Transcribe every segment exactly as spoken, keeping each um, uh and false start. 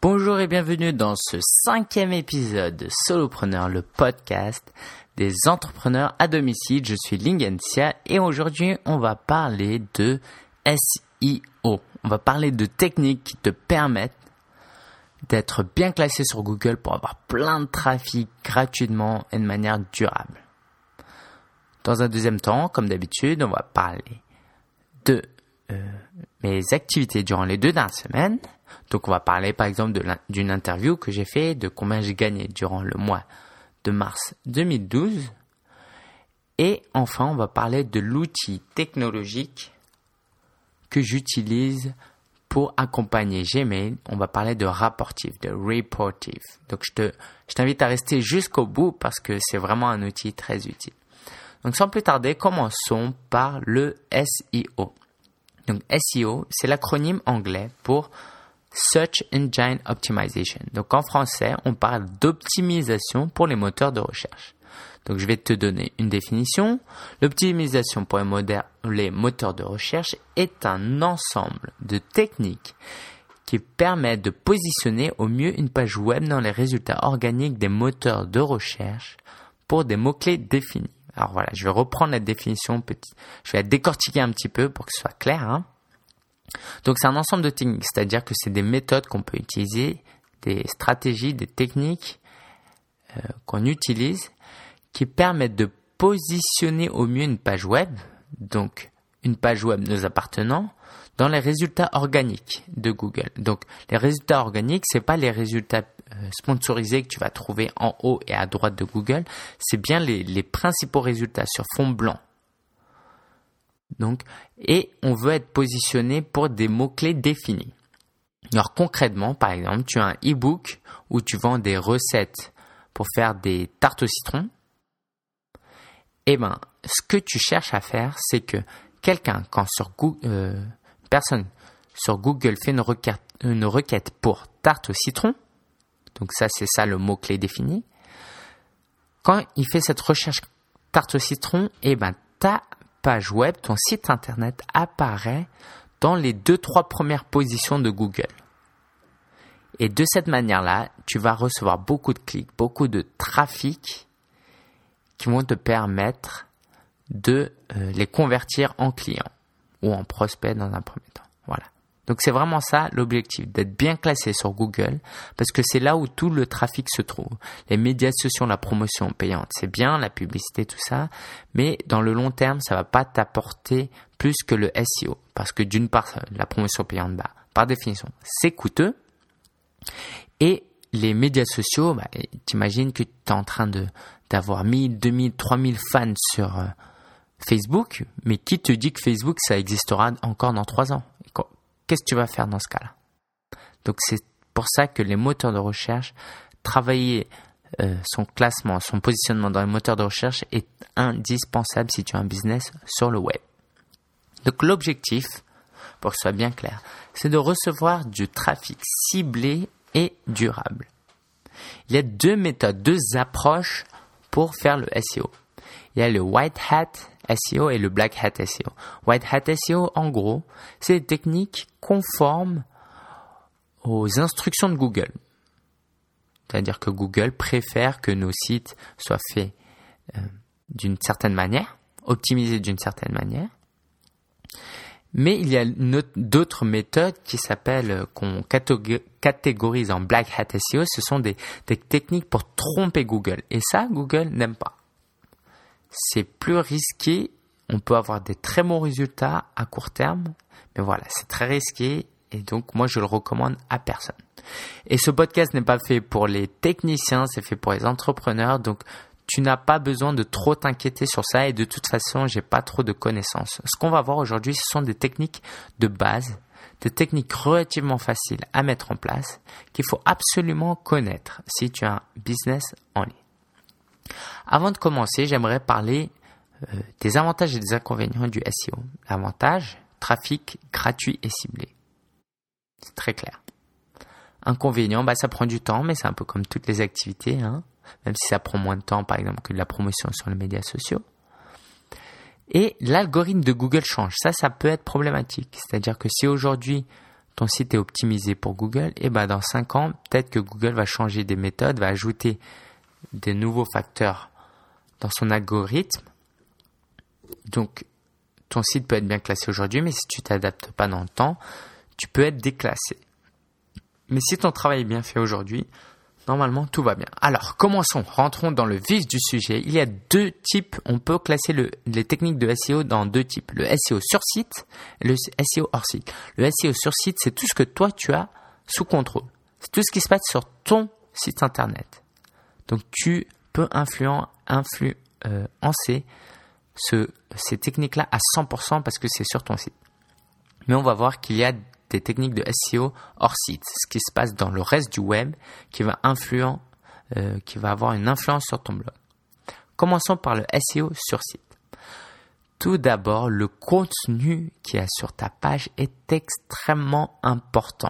Bonjour et bienvenue dans ce cinquième épisode de Solopreneur, le podcast des entrepreneurs à domicile. Je suis Lingensia et aujourd'hui on va parler de S E O. On va parler de techniques qui te permettent d'être bien classé sur Google pour avoir plein de trafic gratuitement et de manière durable. Dans un deuxième temps, comme d'habitude, on va parler de euh, mes activités durant les deux dernières semaines. Donc, on va parler par exemple de d'une interview que j'ai fait, de combien j'ai gagné durant le mois de mars deux mille douze. Et enfin, on va parler de l'outil technologique que j'utilise pour accompagner Gmail. On va parler de Rapportive, de Reportive. Donc, je te, je t'invite à rester jusqu'au bout parce que c'est vraiment un outil très utile. Donc, sans plus tarder, commençons par le S E O. Donc, S E O, c'est l'acronyme anglais pour Search Engine Optimization. Donc, en français, on parle d'optimisation pour les moteurs de recherche. Donc, je vais te donner une définition. L'optimisation pour les, moder- les moteurs de recherche est un ensemble de techniques qui permettent de positionner au mieux une page web dans les résultats organiques des moteurs de recherche pour des mots-clés définis. Alors voilà, je vais reprendre la définition, petit. Je vais la décortiquer un petit peu pour que ce soit clair. Hein. Donc c'est un ensemble de techniques, c'est-à-dire que c'est des méthodes qu'on peut utiliser, des stratégies, des techniques euh, qu'on utilise qui permettent de positionner au mieux une page web, donc une page web nous appartenant, dans les résultats organiques de Google. Donc les résultats organiques, c'est pas les résultats euh, sponsorisés que tu vas trouver en haut et à droite de Google, c'est bien les, les principaux résultats sur fond blanc. Donc, et on veut être positionné pour des mots-clés définis. Alors concrètement, par exemple, tu as un e-book où tu vends des recettes pour faire des tartes au citron. Eh ben, ce que tu cherches à faire, c'est que quelqu'un, quand sur Google, euh, une personne sur Google fait une requête, une requête pour tarte au citron, donc ça, c'est ça le mot-clé défini. Quand il fait cette recherche tarte au citron, eh ben, ta page web, ton site internet apparaît dans les deux, trois premières positions de Google. Et de cette manière-là, tu vas recevoir beaucoup de clics, beaucoup de trafic qui vont te permettre de euh, les convertir en clients ou en prospects dans un premier temps. Voilà. Donc, c'est vraiment ça l'objectif, d'être bien classé sur Google parce que c'est là où tout le trafic se trouve. Les médias sociaux, la promotion payante, c'est bien, la publicité, tout ça, mais dans le long terme, ça va pas t'apporter plus que le S E O parce que d'une part, la promotion payante, bah, par définition, c'est coûteux et les médias sociaux, bah, t'imagines que tu es en train de, d'avoir mille, deux mille, trois mille fans sur euh, Facebook, mais qui te dit que Facebook, ça existera encore dans trois ans? Qu'est-ce que tu vas faire dans ce cas-là? Donc, c'est pour ça que les moteurs de recherche, travailler euh, son classement, son positionnement dans les moteurs de recherche est indispensable si tu as un business sur le web. Donc, l'objectif, pour que ce soit bien clair, c'est de recevoir du trafic ciblé et durable. Il y a deux méthodes, deux approches pour faire le S E O. Il y a le White Hat S E O et le Black Hat S E O. White Hat S E O, en gros, c'est des techniques conformes aux instructions de Google. C'est-à-dire que Google préfère que nos sites soient faits euh, d'une certaine manière, optimisés d'une certaine manière. Mais il y a une autre, d'autres méthodes qui s'appellent, qu'on catégorise en Black Hat S E O. Ce sont des, des techniques pour tromper Google. Et ça, Google n'aime pas. C'est plus risqué, on peut avoir des très bons résultats à court terme, mais voilà, c'est très risqué et donc moi je le recommande à personne. Et ce podcast n'est pas fait pour les techniciens, c'est fait pour les entrepreneurs, donc tu n'as pas besoin de trop t'inquiéter sur ça et de toute façon, j'ai pas trop de connaissances. Ce qu'on va voir aujourd'hui, ce sont des techniques de base, des techniques relativement faciles à mettre en place qu'il faut absolument connaître si tu as un business en ligne. Avant de commencer, j'aimerais parler euh, des avantages et des inconvénients du S E O. L'avantage, trafic gratuit et ciblé. C'est très clair. Inconvénient, bah, ça prend du temps, mais c'est un peu comme toutes les activités, hein, même si ça prend moins de temps, par exemple, que de la promotion sur les médias sociaux. Et l'algorithme de Google change. Ça, ça peut être problématique. C'est-à-dire que si aujourd'hui, ton site est optimisé pour Google, et ben dans cinq ans, peut-être que Google va changer des méthodes, va ajouter des nouveaux facteurs dans son algorithme. Donc, ton site peut être bien classé aujourd'hui, mais si tu t'adaptes pas dans le temps, tu peux être déclassé. Mais si ton travail est bien fait aujourd'hui, normalement, tout va bien. Alors, commençons. Rentrons dans le vif du sujet. Il y a deux types. On peut classer le, les techniques de S E O dans deux types. Le S E O sur site et le S E O hors site. Le S E O sur site, c'est tout ce que toi, tu as sous contrôle. C'est tout ce qui se passe sur ton site internet. Donc, tu peux influen, influencer euh, ce, ces techniques-là à cent pour cent parce que c'est sur ton site. Mais on va voir qu'il y a des techniques de S E O hors site, ce qui se passe dans le reste du web qui va influent, euh, qui va avoir une influence sur ton blog. Commençons par le S E O sur site. Tout d'abord, le contenu qu'il y a sur ta page est extrêmement important.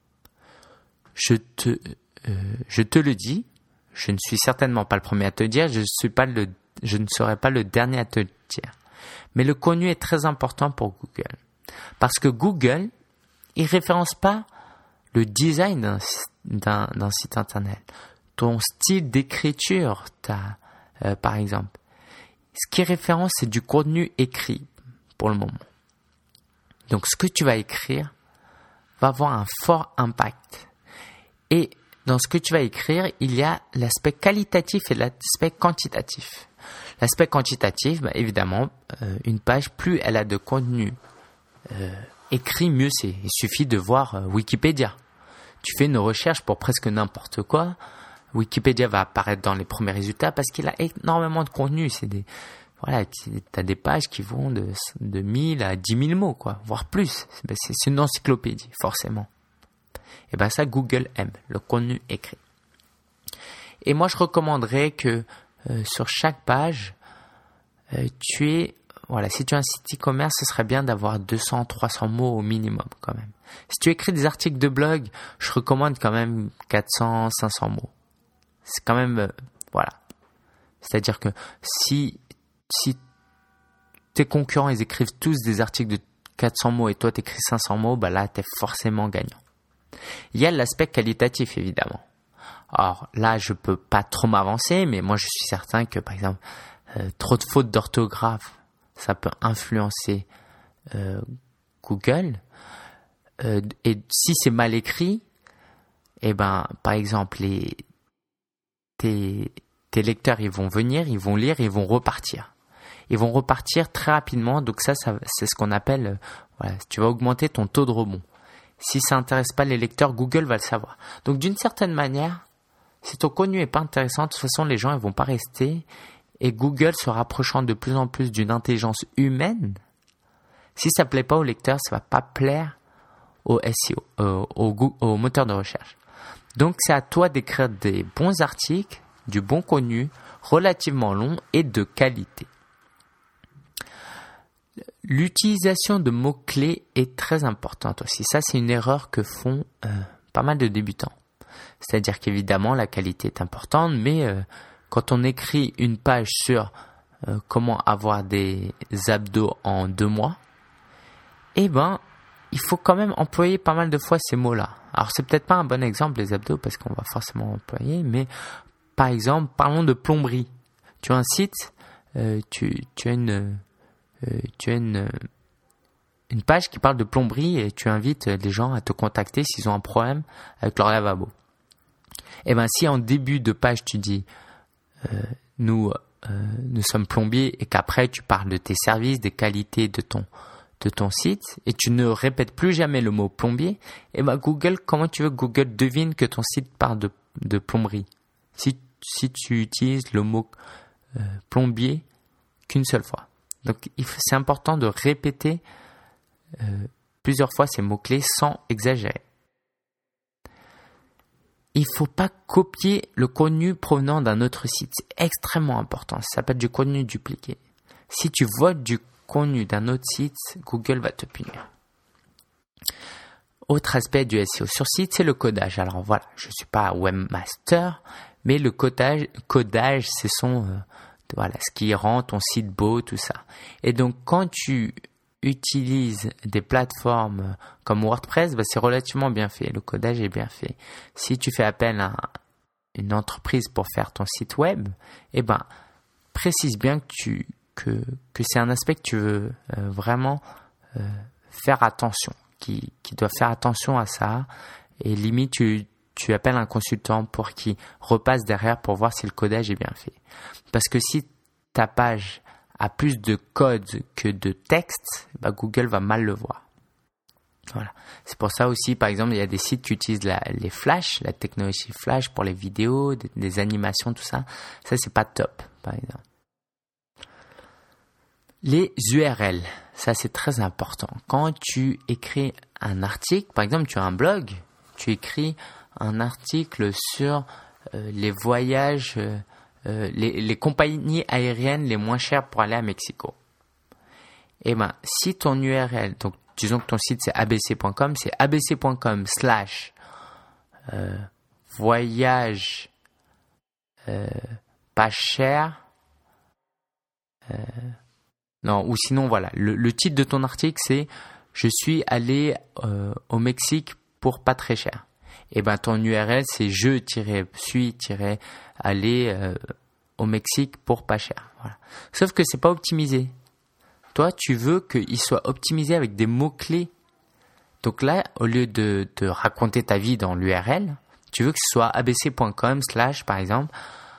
Je te, euh, je te le dis, je ne suis certainement pas le premier à te le dire, je, suis pas le, je ne serai pas le dernier à te le dire. Mais le contenu est très important pour Google. Parce que Google, il référence pas le design d'un, d'un, d'un site internet, ton style d'écriture, ta, euh, par exemple. Ce qui référence, c'est du contenu écrit pour le moment. Donc, ce que tu vas écrire va avoir un fort impact. Et dans ce que tu vas écrire, il y a l'aspect qualitatif et l'aspect quantitatif. L'aspect quantitatif, bah, évidemment, euh, une page, plus elle a de contenu euh, écrit, mieux c'est. Il suffit de voir euh, Wikipédia. Tu fais une recherche pour presque n'importe quoi. Wikipédia va apparaître dans les premiers résultats parce qu'il a énormément de contenu. C'est des, voilà, t'as des pages qui vont de, de mille à dix mille mots, quoi, voire plus. Ben, c'est, c'est une encyclopédie, forcément. Et ben ça, Google aime, le contenu écrit. Et moi, je recommanderais que euh, sur chaque page, euh, tu aies, voilà, si tu as un site e-commerce, ce serait bien d'avoir deux cents, trois cents mots au minimum, quand même. Si tu écris des articles de blog, je recommande quand même quatre cents, cinq cents mots. C'est quand même, euh, voilà. C'est-à-dire que si, si tes concurrents, ils écrivent tous des articles de quatre cents mots et toi, tu écris cinq cents mots, bah là, tu es forcément gagnant. Il y a l'aspect qualitatif, évidemment. Alors là, je peux pas trop m'avancer, mais moi, je suis certain que, par exemple, euh, trop de fautes d'orthographe, ça peut influencer euh, Google. Euh, et si c'est mal écrit, eh ben, par exemple, les Tes, tes lecteurs, ils vont venir, ils vont lire, ils vont repartir. Ils vont repartir très rapidement. Donc ça, ça c'est ce qu'on appelle, euh, voilà, tu vas augmenter ton taux de rebond. Si ça n'intéresse pas les lecteurs, Google va le savoir. Donc d'une certaine manière, si ton contenu n'est pas intéressant, de toute façon, les gens ne vont pas rester. Et Google se rapprochant de plus en plus d'une intelligence humaine, si ça ne plaît pas aux lecteurs, ça ne va pas plaire au S E O, euh, au, au moteur de recherche. Donc, c'est à toi d'écrire des bons articles, du bon contenu, relativement long et de qualité. L'utilisation de mots-clés est très importante aussi. Ça, c'est une erreur que font euh, pas mal de débutants. C'est-à-dire qu'évidemment, la qualité est importante, mais euh, quand on écrit une page sur euh, comment avoir des abdos en deux mois, eh ben, il faut quand même employer pas mal de fois ces mots-là. Alors, c'est peut-être pas un bon exemple, les abdos, parce qu'on va forcément employer, mais par exemple, parlons de plomberie. Tu as un site, euh, tu, tu as, une, euh, tu as une, une page qui parle de plomberie et tu invites les gens à te contacter s'ils ont un problème avec leur lavabo. Et bien, si en début de page, tu dis euh, nous, euh, nous sommes plombiers et qu'après, tu parles de tes services, des qualités de ton de ton site et tu ne répètes plus jamais le mot plombier, et ben Google, comment tu veux que Google devine que ton site parle de, de plomberie si, si tu utilises le mot euh, plombier qu'une seule fois. Donc il faut, c'est important de répéter euh, plusieurs fois ces mots-clés sans exagérer. Il ne faut pas copier le contenu provenant d'un autre site. C'est extrêmement important. Ça s'appelle du contenu dupliqué. Si tu voles du contenu d'un autre site, Google va te punir. Autre aspect du S E O sur site, c'est le codage. Alors voilà, je ne suis pas webmaster, mais le codage, codage c'est son, euh, voilà, ce qui rend ton site beau, tout ça. Et donc, quand tu utilise des plateformes comme WordPress, bah, c'est relativement bien fait. Le codage est bien fait. Si tu fais appel à une entreprise pour faire ton site web, eh ben, précise bien que, tu, que, que c'est un aspect que tu veux euh, vraiment euh, faire attention, qui, qui doit faire attention à ça. Et limite, tu, tu appelles un consultant pour qu'il repasse derrière pour voir si le codage est bien fait. Parce que si ta page a plus de code que de texte, bah Google va mal le voir. Voilà. C'est pour ça aussi, par exemple, il y a des sites qui utilisent la, les flash, la technologie flash pour les vidéos, des, des animations, tout ça. Ça, c'est pas top, par exemple. Les U R L, ça c'est très important. Quand tu écris un article, par exemple, tu as un blog, tu écris un article sur euh, les voyages, euh, euh, les, les compagnies aériennes les moins chères pour aller à Mexico. Eh ben, si ton U R L, donc disons que ton site c'est a b c point com, c'est a b c point com slash euh, voyage euh, pas cher. Euh, non, ou sinon voilà, le, le titre de ton article c'est je suis allé euh, au Mexique pour pas très cher. Et ben ton U R L c'est je-suis-aller euh, au Mexique pour pas cher. Voilà. Sauf que c'est pas optimisé. Toi, tu veux qu'il soit optimisé avec des mots-clés. Donc là, au lieu de, de raconter ta vie dans l'U R L, tu veux que ce soit a b c point com slash, par exemple,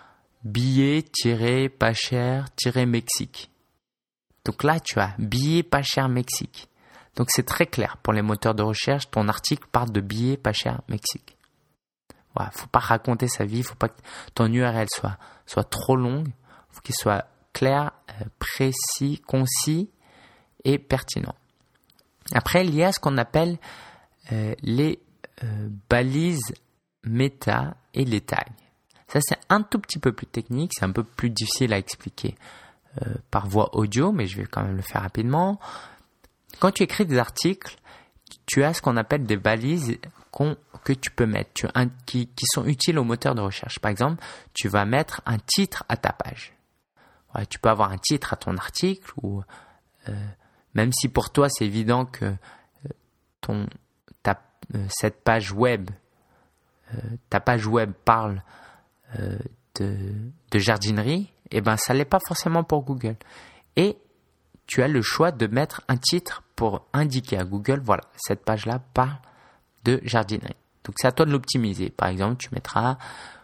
billet-pas cher-Mexique. Donc là, tu as billet pas cher Mexique. Donc c'est très clair pour les moteurs de recherche. Ton article parle de billet pas cher Mexique. Voilà, faut pas raconter sa vie. Faut pas que ton U R L soit soit trop long. Faut qu'il soit clair, précis, concis et pertinent. Après, il y a ce qu'on appelle euh, les euh, balises méta et les tags. Ça, c'est un tout petit peu plus technique. C'est un peu plus difficile à expliquer euh, par voie audio, mais je vais quand même le faire rapidement. Quand tu écris des articles, tu as ce qu'on appelle des balises qu'on, que tu peux mettre, tu, un, qui, qui sont utiles au moteur de recherche. Par exemple, tu vas mettre un titre à ta page. Ouais, tu peux avoir un titre à ton article, ou euh, même si pour toi c'est évident que euh, ton, ta, euh, cette page web, euh, ta page web parle euh, de, de jardinerie, et ben ça l'est pas forcément pour Google. Et tu as le choix de mettre un titre pour indiquer à Google, voilà, cette page-là parle de jardinerie. Donc c'est à toi de l'optimiser. Par exemple, tu mettras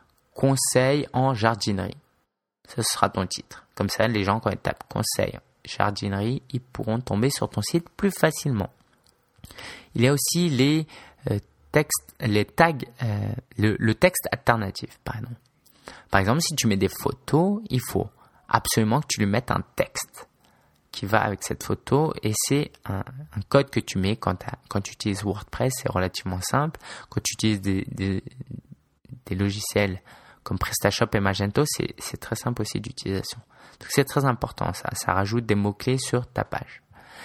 conseil en jardinerie. Ça sera ton titre. Comme ça, les gens, quand ils tapent conseil jardinerie, ils pourront tomber sur ton site plus facilement. Il y a aussi les euh, textes, les tags, euh, le, le texte alternatif, par exemple. Par exemple, si tu mets des photos, il faut absolument que tu lui mettes un texte qui va avec cette photo, et c'est un, un code que tu mets quand, quand tu utilises WordPress. C'est relativement simple. Quand tu utilises des, des, des logiciels comme PrestaShop et Magento, c'est, c'est très simple aussi d'utilisation. Donc c'est très important ça, ça rajoute des mots-clés sur ta page.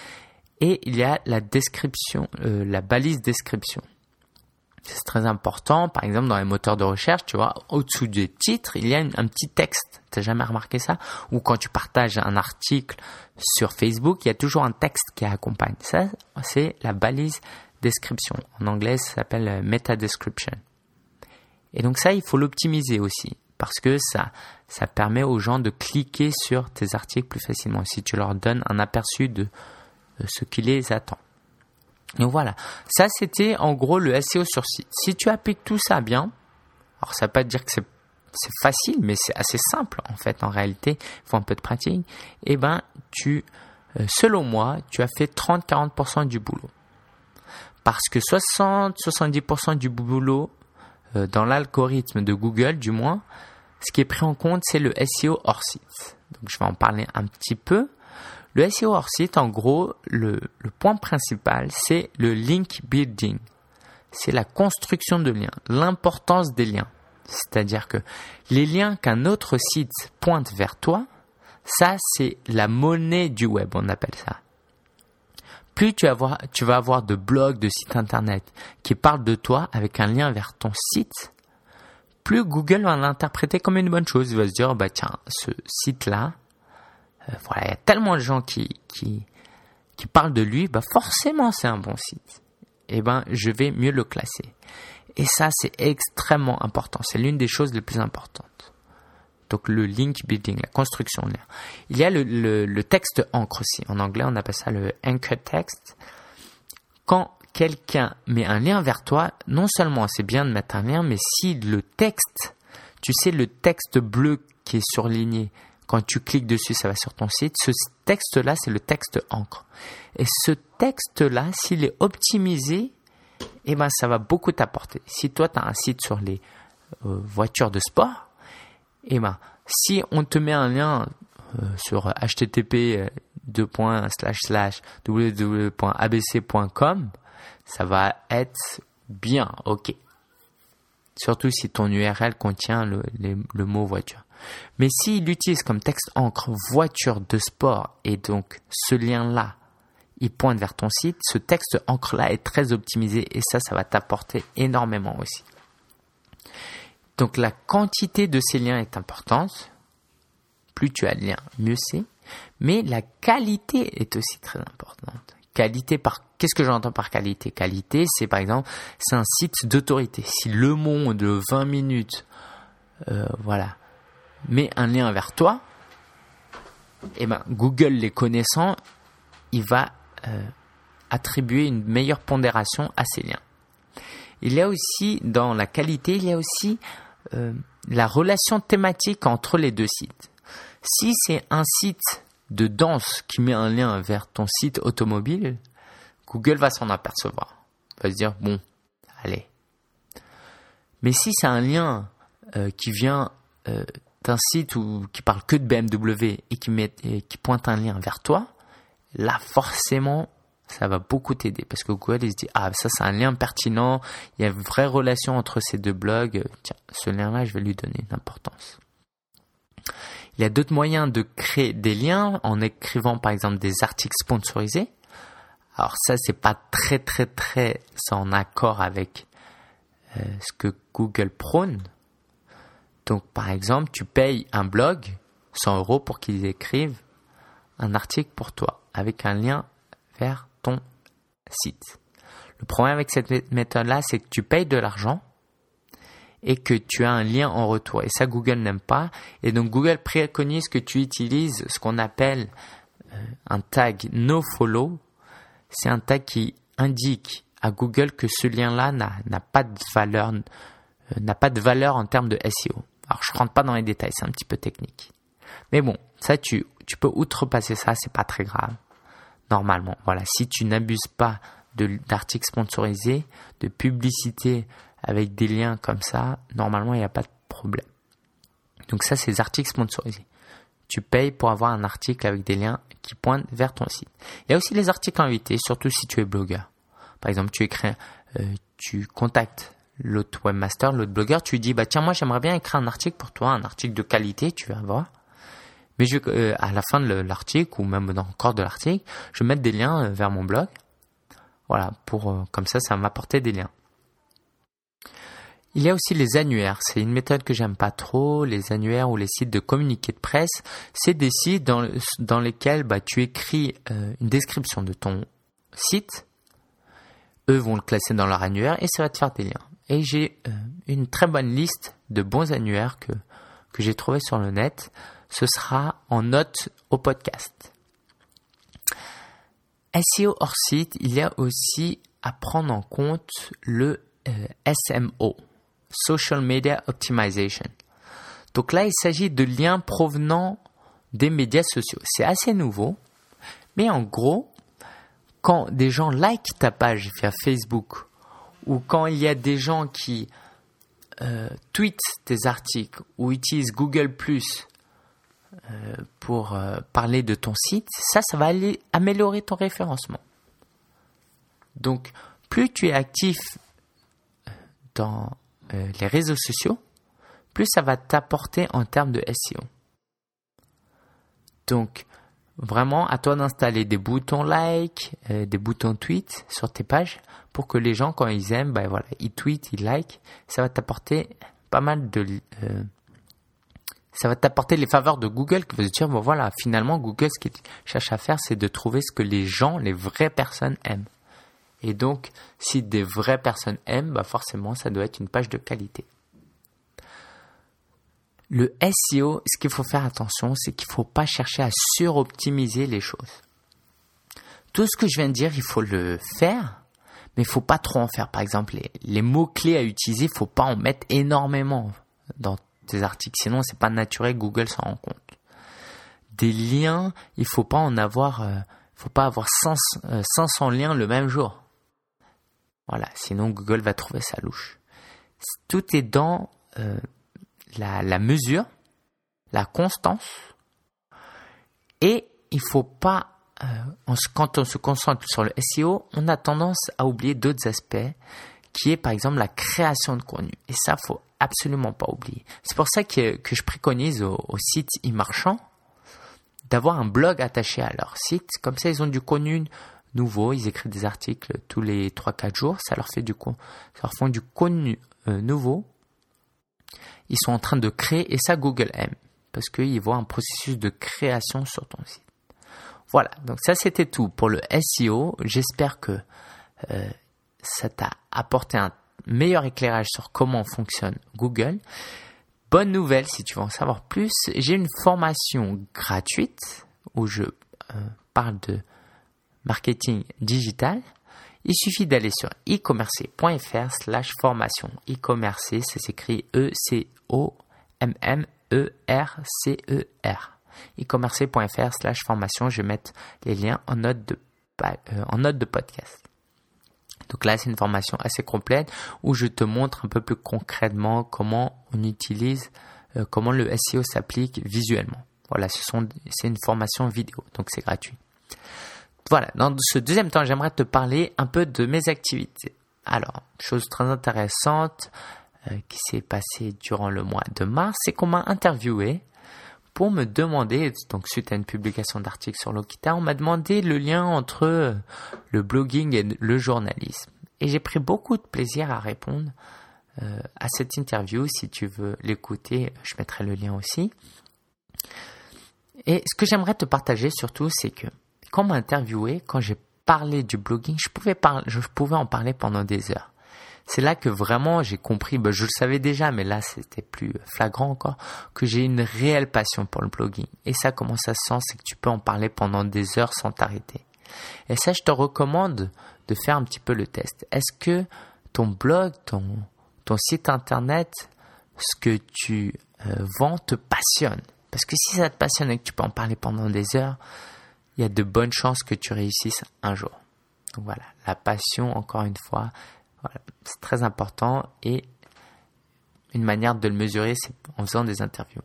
Et il y a la description, euh, la balise description. C'est très important, par exemple dans les moteurs de recherche, tu vois, au-dessous du titre, il y a une, un petit texte. Tu n'as jamais remarqué ça? Ou quand tu partages un article sur Facebook, il y a toujours un texte qui accompagne. Ça, c'est la balise description. En anglais, ça s'appelle meta description. Et donc ça, il faut l'optimiser aussi, parce que ça, ça permet aux gens de cliquer sur tes articles plus facilement, si tu leur donnes un aperçu de, de ce qui les attend. Donc voilà, ça c'était en gros le S E O sur site. Si tu appliques tout ça bien, alors ça ne veut pas dire que c'est, c'est facile, mais c'est assez simple en fait en réalité, il faut un peu de pratique, et ben tu, euh, selon moi, tu as fait trente à quarante pour cent du boulot. Parce que soixante à soixante-dix pour cent du boulot, dans l'algorithme de Google, du moins, ce qui est pris en compte, c'est le S E O hors site. Donc, je vais en parler un petit peu. Le S E O hors site, en gros, le, le point principal, c'est le link building. C'est la construction de liens, l'importance des liens. C'est-à-dire que les liens qu'un autre site pointe vers toi, ça, c'est la monnaie du web, on appelle ça. Plus tu vas, avoir, tu vas avoir de blogs, de sites internet qui parlent de toi avec un lien vers ton site, plus Google va l'interpréter comme une bonne chose. Il va se dire, bah tiens, ce site-là, euh, voilà, il y a tellement de gens qui, qui, qui parle de lui, bah forcément c'est un bon site. Et ben je vais mieux le classer. Et ça c'est extrêmement important. C'est l'une des choses les plus importantes. Donc le link building, la construction de lien. Il y a le, le, le texte encre aussi. En anglais on appelle ça le anchor text. Quand quelqu'un met un lien vers toi, non seulement c'est bien de mettre un lien, mais si le texte, tu sais le texte bleu qui est surligné, quand tu cliques dessus, ça va sur ton site. Ce texte-là, c'est le texte encre. Et ce texte-là, s'il est optimisé, eh ben, ça va beaucoup t'apporter. Si toi, tu as un site sur les euh, voitures de sport, eh ben, si on te met un lien euh, sur h t t p deux points slash slash w w w point a b c point com, ça va être bien, ok. Surtout si ton U R L contient le, le, le mot voiture. Mais s'il utilise comme texte encre voiture de sport et donc ce lien-là, il pointe vers ton site, ce texte encre-là est très optimisé et ça, ça va t'apporter énormément aussi. Donc la quantité de ces liens est importante. Plus tu as de liens, mieux c'est. Mais la qualité est aussi très importante. Qualité par, qu'est-ce que j'entends par qualité? Qualité, c'est par exemple, c'est un site d'autorité. Si Le Monde de vingt minutes, euh, voilà, met un lien vers toi, eh ben, Google les connaissant, il va euh, attribuer une meilleure pondération à ces liens. Il y a aussi, dans la qualité, il y a aussi euh, la relation thématique entre les deux sites. Si c'est un site de danse qui met un lien vers ton site automobile, Google va s'en apercevoir. Il va se dire, bon, allez. Mais si c'est un lien euh, qui vient euh, d'un site où, qui parle que de B M W et qui, met, et qui pointe un lien vers toi, là, forcément, ça va beaucoup t'aider. Parce que Google, il se dit, ah, ça, c'est un lien pertinent. Il y a une vraie relation entre ces deux blogs. Tiens, ce lien-là, je vais lui donner une importance. Il y a d'autres moyens de créer des liens en écrivant, par exemple, des articles sponsorisés. Alors ça, c'est pas très, très, très en accord avec euh, ce que Google prône. Donc, par exemple, tu payes un blog cent euros pour qu'ils écrivent un article pour toi avec un lien vers ton site. Le problème avec cette méthode-là, c'est que tu payes de l'argent et que tu as un lien en retour. Et ça, Google n'aime pas. Et donc, Google préconise que tu utilises ce qu'on appelle euh, un tag nofollow. C'est un tag qui indique à Google que ce lien-là n'a, n'a pas de valeur, euh, n'a pas de valeur en termes de S E O. Alors, je ne rentre pas dans les détails, c'est un petit peu technique. Mais bon, ça, tu, tu peux outrepasser ça, c'est pas très grave. Normalement, voilà, si tu n'abuses pas de, d'articles sponsorisés, de publicité avec des liens comme ça, normalement, il n'y a pas de problème. Donc ça, c'est les articles sponsorisés. Tu payes pour avoir un article avec des liens qui pointent vers ton site. Il y a aussi les articles invités, surtout si tu es blogueur. Par exemple, tu écris, euh, tu contactes l'autre webmaster, l'autre blogueur, tu lui dis, bah tiens, moi, j'aimerais bien écrire un article pour toi, un article de qualité, tu vas voir. Mais je, euh, à la fin de l'article, ou même dans le corps de l'article, je vais mettre des liens vers mon blog. Voilà, pour euh, comme ça, ça va m'apporter des liens. Il y a aussi les annuaires. C'est une méthode que j'aime pas trop. Les annuaires ou les sites de communiqué de presse, c'est des sites dans, dans lesquels bah, tu écris euh, une description de ton site. Eux vont le classer dans leur annuaire et ça va te faire des liens. Et j'ai euh, une très bonne liste de bons annuaires que, que j'ai trouvé sur le net. Ce sera en note au podcast. S E O hors site, il y a aussi à prendre en compte le euh, S M O. Social Media Optimization. Donc là, il s'agit de liens provenant des médias sociaux. C'est assez nouveau, mais en gros, quand des gens likent ta page via Facebook ou quand il y a des gens qui euh, tweetent tes articles ou utilisent Google plus euh, pour euh, parler de ton site, ça, ça va aller améliorer ton référencement. Donc, plus tu es actif dans Euh, les réseaux sociaux, plus ça va t'apporter en termes de S E O. Donc, vraiment, à toi d'installer des boutons like, euh, des boutons tweet sur tes pages pour que les gens, quand ils aiment, ben voilà, ils tweetent, ils like. Ça va t'apporter pas mal de, euh, ça va t'apporter les faveurs de Google qui va se dire, bon voilà, finalement, Google, ce qu'il cherche à faire, c'est de trouver ce que les gens, les vraies personnes aiment. Et donc, si des vraies personnes aiment, bah forcément, ça doit être une page de qualité. Le S E O, ce qu'il faut faire attention, c'est qu'il ne faut pas chercher à suroptimiser les choses. Tout ce que je viens de dire, il faut le faire, mais il ne faut pas trop en faire. Par exemple, les, les mots-clés à utiliser, il ne faut pas en mettre énormément dans tes articles. Sinon, ce n'est pas naturel, Google s'en rend compte. Des liens, il ne faut pas en avoir, euh, faut pas avoir cinq cents liens le même jour. Voilà, sinon Google va trouver ça louche. Tout est dans euh, la, la mesure, la constance, et il ne faut pas, euh, on se, quand on se concentre sur le S E O, on a tendance à oublier d'autres aspects, qui est par exemple la création de contenu. Et ça, il ne faut absolument pas oublier. C'est pour ça que, que je préconise aux, aux sites e-marchands d'avoir un blog attaché à leur site. Comme ça, ils ont du contenu nouveau. Ils écrivent des articles tous les trois à quatre jours. Ça leur fait du, ça leur font du contenu euh, nouveau. Ils sont en train de créer et ça, Google aime parce qu'ils voient un processus de création sur ton site. Voilà. Donc ça, c'était tout pour le S E O. J'espère que euh, ça t'a apporté un meilleur éclairage sur comment fonctionne Google. Bonne nouvelle, si tu veux en savoir plus, j'ai une formation gratuite où je euh, parle de marketing digital. Il suffit d'aller sur e-commerce.fr slash formation. E-commerce, ça s'écrit E C O M M E R C E R. e-commerce.fr slash formation. Je vais mettre les liens en note de, euh, en note de podcast. Donc là, c'est une formation assez complète où je te montre un peu plus concrètement comment on utilise, euh, comment le S E O s'applique visuellement. Voilà, ce sont, c'est une formation vidéo, donc c'est gratuit. Voilà, dans ce deuxième temps, j'aimerais te parler un peu de mes activités. Alors, chose très intéressante euh, qui s'est passée durant le mois de mars, c'est qu'on m'a interviewé pour me demander, donc suite à une publication d'articles sur Lokita, on m'a demandé le lien entre le blogging et le journalisme. Et j'ai pris beaucoup de plaisir à répondre euh, à cette interview. Si tu veux l'écouter, je mettrai le lien aussi. Et ce que j'aimerais te partager surtout, c'est que quand on m'a interviewé, quand j'ai parlé du blogging, je pouvais, par... je pouvais en parler pendant des heures. C'est là que vraiment j'ai compris, ben je le savais déjà, mais là c'était plus flagrant encore, que j'ai une réelle passion pour le blogging. Et ça, comment ça se sent, c'est que tu peux en parler pendant des heures sans t'arrêter. Et ça, je te recommande de faire un petit peu le test. Est-ce que ton blog, ton, ton site internet, ce que tu euh, vends te passionne? Parce que si ça te passionne et que tu peux en parler pendant des heures, il y a de bonnes chances que tu réussisses un jour. Donc voilà, la passion, encore une fois, voilà, c'est très important et une manière de le mesurer, c'est en faisant des interviews.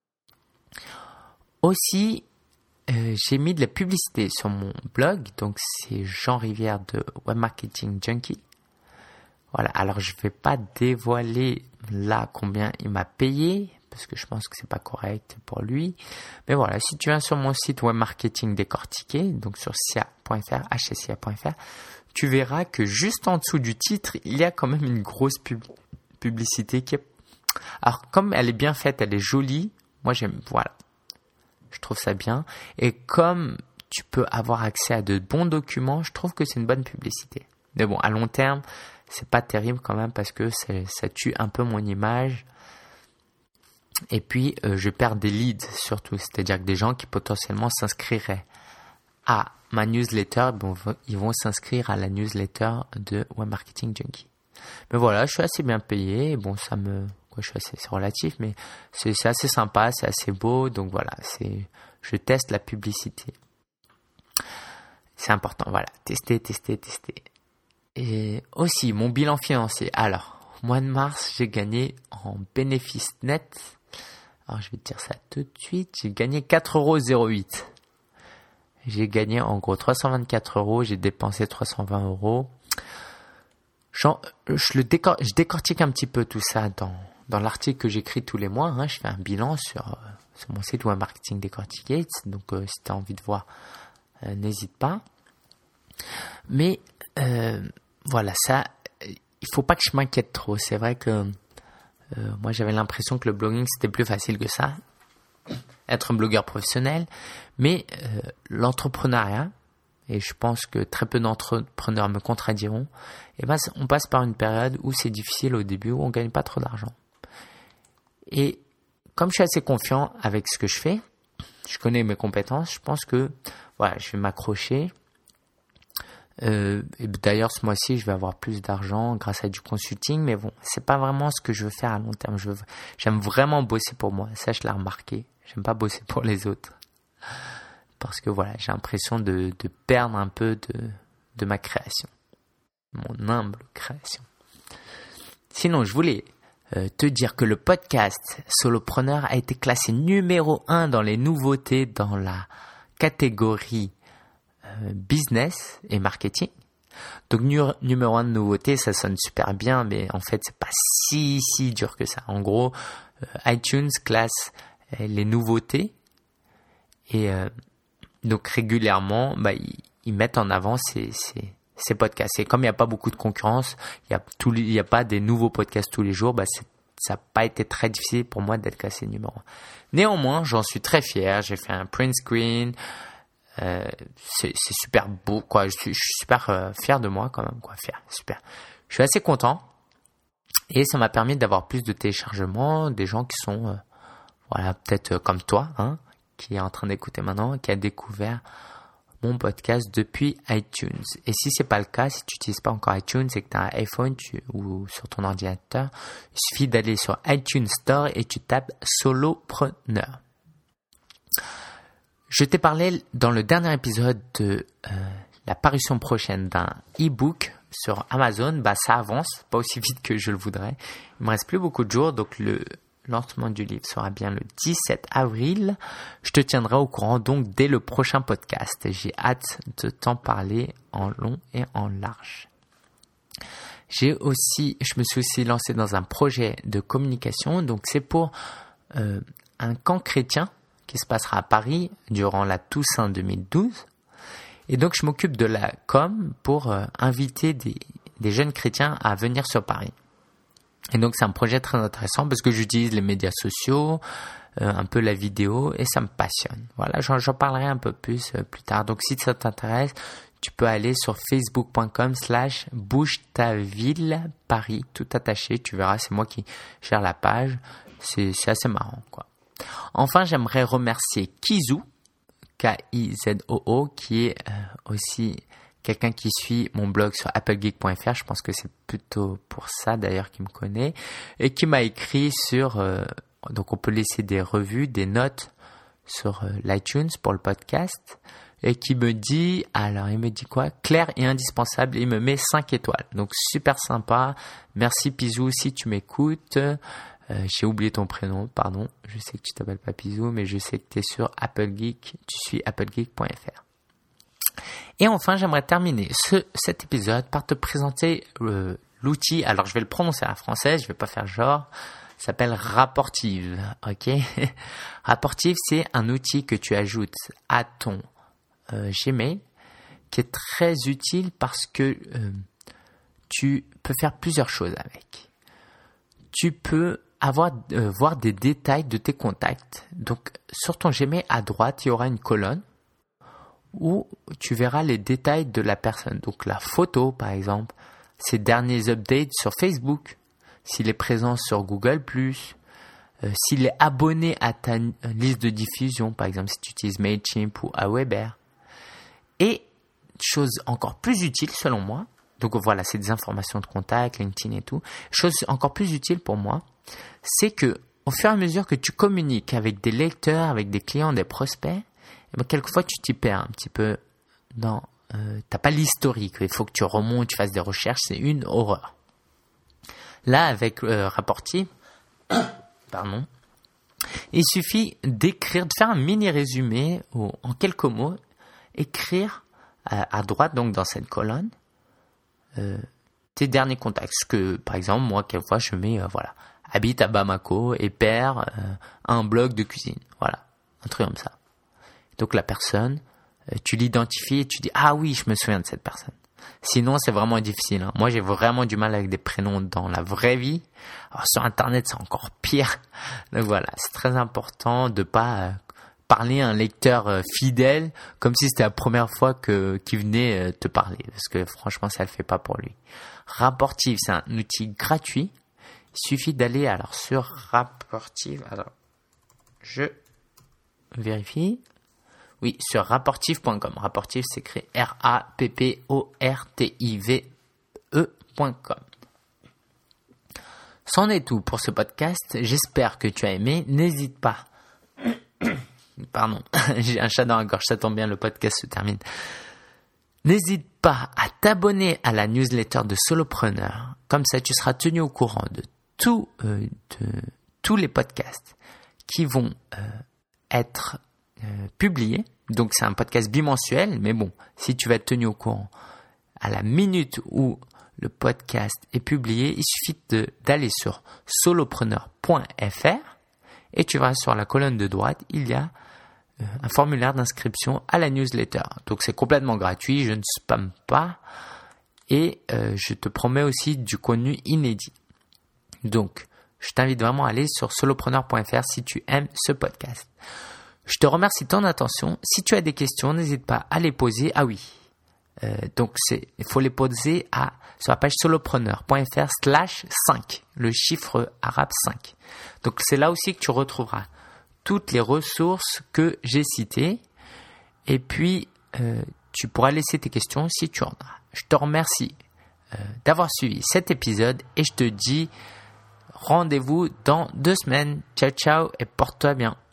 Aussi, euh, j'ai mis de la publicité sur mon blog, donc c'est Jean Rivière de Web Marketing Junkie. Voilà, alors je ne vais pas dévoiler là combien il m'a payé, parce que je pense que c'est pas correct pour lui. Mais voilà, si tu viens sur mon site Web Marketing Décortiqué, donc sur sia point f r, h s i a point f r, tu verras que juste en dessous du titre, il y a quand même une grosse pub- publicité qui est... Alors, comme elle est bien faite, elle est jolie, moi j'aime, voilà, je trouve ça bien. Et comme tu peux avoir accès à de bons documents, je trouve que c'est une bonne publicité. Mais bon, à long terme, c'est pas terrible quand même parce que ça tue un peu mon image. Et puis, euh, je perds des leads surtout, c'est-à-dire que des gens qui potentiellement s'inscriraient à ma newsletter, bon, ils vont s'inscrire à la newsletter de Web Marketing Junkie. Mais voilà, je suis assez bien payé. Bon, ça me, quoi, je suis assez, c'est relatif, mais c'est, c'est assez sympa, c'est assez beau. Donc voilà, c'est, je teste la publicité. C'est important, voilà, tester, tester, tester. Et aussi, mon bilan financier. Alors, au mois de mars, j'ai gagné en bénéfice net. Alors, je vais te dire ça tout de suite. J'ai gagné quatre euros zéro huit. J'ai gagné en gros trois cent vingt-quatre euros. J'ai dépensé trois cent vingt euros. Genre, je, le décor, je décortique un petit peu tout ça dans, dans l'article que j'écris tous les mois. Hein. Je fais un bilan sur, sur mon site Web Marketing Décortiqué. Donc, euh, si tu as envie de voir, euh, n'hésite pas. Mais euh, voilà, ça, il faut pas que je m'inquiète trop. C'est vrai que euh, moi, j'avais l'impression que le blogging, c'était plus facile que ça. être un blogueur professionnel, mais euh, l'entrepreneuriat, et je pense que très peu d'entrepreneurs me contrediront, et ben, on passe par une période où c'est difficile au début, où on gagne pas trop d'argent. Et comme je suis assez confiant avec ce que je fais, je connais mes compétences, je pense que voilà, je vais m'accrocher. Euh, et d'ailleurs, ce mois-ci, je vais avoir plus d'argent grâce à du consulting, mais bon, c'est pas vraiment ce que je veux faire à long terme. Je veux, j'aime vraiment bosser pour moi. Ça, je l'ai remarqué. J'aime pas bosser pour les autres. Parce que voilà, j'ai l'impression de, de perdre un peu de, de ma création. Mon humble création. Sinon, je voulais euh, te dire que le podcast Solopreneur a été classé numéro un dans les nouveautés dans la catégorie euh, business et marketing. Donc nu- numéro un de nouveautés, ça sonne super bien, mais en fait, c'est pas si si dur que ça. En gros, euh, iTunes classe euh, les nouveautés et euh, donc régulièrement, bah, ils, ils mettent en avant ces, ces, ces podcasts. Et comme il n'y a pas beaucoup de concurrence, il n'y a, tous les, il y a pas des nouveaux podcasts tous les jours, bah, c'est, ça n'a pas été très difficile pour moi d'être classé numéro un. Néanmoins, j'en suis très fier. J'ai fait un print screen. Euh, c'est, c'est super beau, quoi. Je suis, je suis super euh, fier de moi quand même, quoi. Fier, super. Je suis assez content. Et ça m'a permis d'avoir plus de téléchargements, des gens qui sont, euh, voilà, peut-être euh, comme toi, hein, qui est en train d'écouter maintenant, qui a découvert mon podcast depuis iTunes. Et si c'est pas le cas, si tu n'utilises pas encore iTunes et que tu as un iPhone tu, ou sur ton ordinateur, il suffit d'aller sur iTunes Store et tu tapes Solopreneur. Je t'ai parlé dans le dernier épisode de euh, la parution prochaine d'un e-book sur Amazon. Bah, ça avance, pas aussi vite que je le voudrais. Il me reste plus beaucoup de jours, donc le lancement du livre sera bien le dix-sept avril. Je te tiendrai au courant donc dès le prochain podcast. J'ai hâte de t'en parler en long et en large. J'ai aussi, je me suis aussi lancé dans un projet de communication. Donc c'est pour euh, un camp chrétien qui se passera à Paris durant la Toussaint deux mille douze. Et donc je m'occupe de la com pour euh, inviter des, des jeunes chrétiens à venir sur Paris. Et donc, c'est un projet très intéressant parce que j'utilise les médias sociaux, euh, un peu la vidéo et ça me passionne. Voilà, j'en, j'en parlerai un peu plus euh, plus tard. Donc, si ça t'intéresse, tu peux aller sur facebook.com slash bouge ta ville Paris, tout attaché. Tu verras, c'est moi qui gère la page. C'est, c'est assez marrant, quoi. Enfin, j'aimerais remercier Kizoo, K I Z O O, qui est euh, aussi quelqu'un qui suit mon blog sur applegeek point f r, je pense que c'est plutôt pour ça d'ailleurs qu'il me connaît, et qui m'a écrit sur, euh, donc on peut laisser des revues, des notes sur euh, l'iTunes pour le podcast, et qui me dit, alors il me dit quoi, clair et indispensable, et il me met cinq étoiles, donc super sympa, merci Pizou si tu m'écoutes, euh, j'ai oublié ton prénom, pardon, je sais que tu t'appelles pas Pizou, mais je sais que tu es sur Applegeek, tu suis applegeek point f r. Et enfin, j'aimerais terminer ce, cet épisode par te présenter euh, l'outil. Alors, je vais le prononcer à la française, je vais pas faire genre. Ça s'appelle Rapportive, ok. Rapportive, c'est un outil que tu ajoutes à ton euh, Gmail, qui est très utile parce que euh, tu peux faire plusieurs choses avec. Tu peux avoir euh, voir des détails de tes contacts. Donc, sur ton Gmail à droite, il y aura une colonne où tu verras les détails de la personne. Donc la photo, par exemple, ses derniers updates sur Facebook, s'il est présent sur Google plus, euh, s'il est abonné à ta liste de diffusion, par exemple si tu utilises Mailchimp ou Aweber. Et chose encore plus utile selon moi, donc voilà, c'est des informations de contact, LinkedIn et tout. Chose encore plus utile pour moi, c'est que au fur et à mesure que tu communiques avec des lecteurs, avec des clients, des prospects, et bien, quelquefois, tu t'y perds un petit peu dans... Euh, t'as pas l'historique. Il faut que tu remontes, tu fasses des recherches. C'est une horreur. Là, avec euh, Rapportive, pardon, il suffit d'écrire, de faire un mini résumé ou, en quelques mots, écrire à, à droite, donc dans cette colonne, euh, tes derniers contacts. Ce que, par exemple, moi, quelquefois, je mets, euh, voilà, habite à Bamako et perd euh, un blog de cuisine. Voilà, un truc comme ça. Donc la personne, tu l'identifies et tu dis « Ah oui, je me souviens de cette personne ». Sinon, c'est vraiment difficile. Hein. Moi, j'ai vraiment du mal avec des prénoms dans la vraie vie. Alors, sur Internet, c'est encore pire. Donc voilà, c'est très important de pas parler à un lecteur euh, fidèle comme si c'était la première fois que qu'il venait euh, te parler, parce que franchement ça le fait pas pour lui. Rapportive, c'est un outil gratuit. Il suffit d'aller alors sur Rapportive. Alors je vérifie. Oui, sur rapportive point com. Rapportive s'écrit R A P P O R T I V E point com. C'en est tout pour ce podcast. J'espère que tu as aimé. N'hésite pas. Pardon, j'ai un chat dans la gorge, ça tombe bien, le podcast se termine. N'hésite pas à t'abonner à la newsletter de Solopreneur. Comme ça, tu seras tenu au courant de, tout, euh, de tous les podcasts qui vont euh, être euh, publiés. Donc, c'est un podcast bimensuel, mais bon, si tu vas être tenu au courant à la minute où le podcast est publié, il suffit de, d'aller sur solopreneur point f r et tu verras sur la colonne de droite, il y a euh, un formulaire d'inscription à la newsletter. Donc c'est complètement gratuit, je ne spamme pas et euh, je te promets aussi du contenu inédit. Donc je t'invite vraiment à aller sur solopreneur point f r si tu aimes ce podcast. Je te remercie de ton attention. Si tu as des questions, n'hésite pas à les poser. Ah oui. Euh, donc c'est, il faut les poser à, sur la page solopreneur point f r slash cinq, le chiffre arabe cinq. Donc c'est là aussi que tu retrouveras toutes les ressources que j'ai citées et puis euh, tu pourras laisser tes questions si tu en as. Je te remercie euh, d'avoir suivi cet épisode et je te dis rendez-vous dans deux semaines. Ciao ciao et porte-toi bien.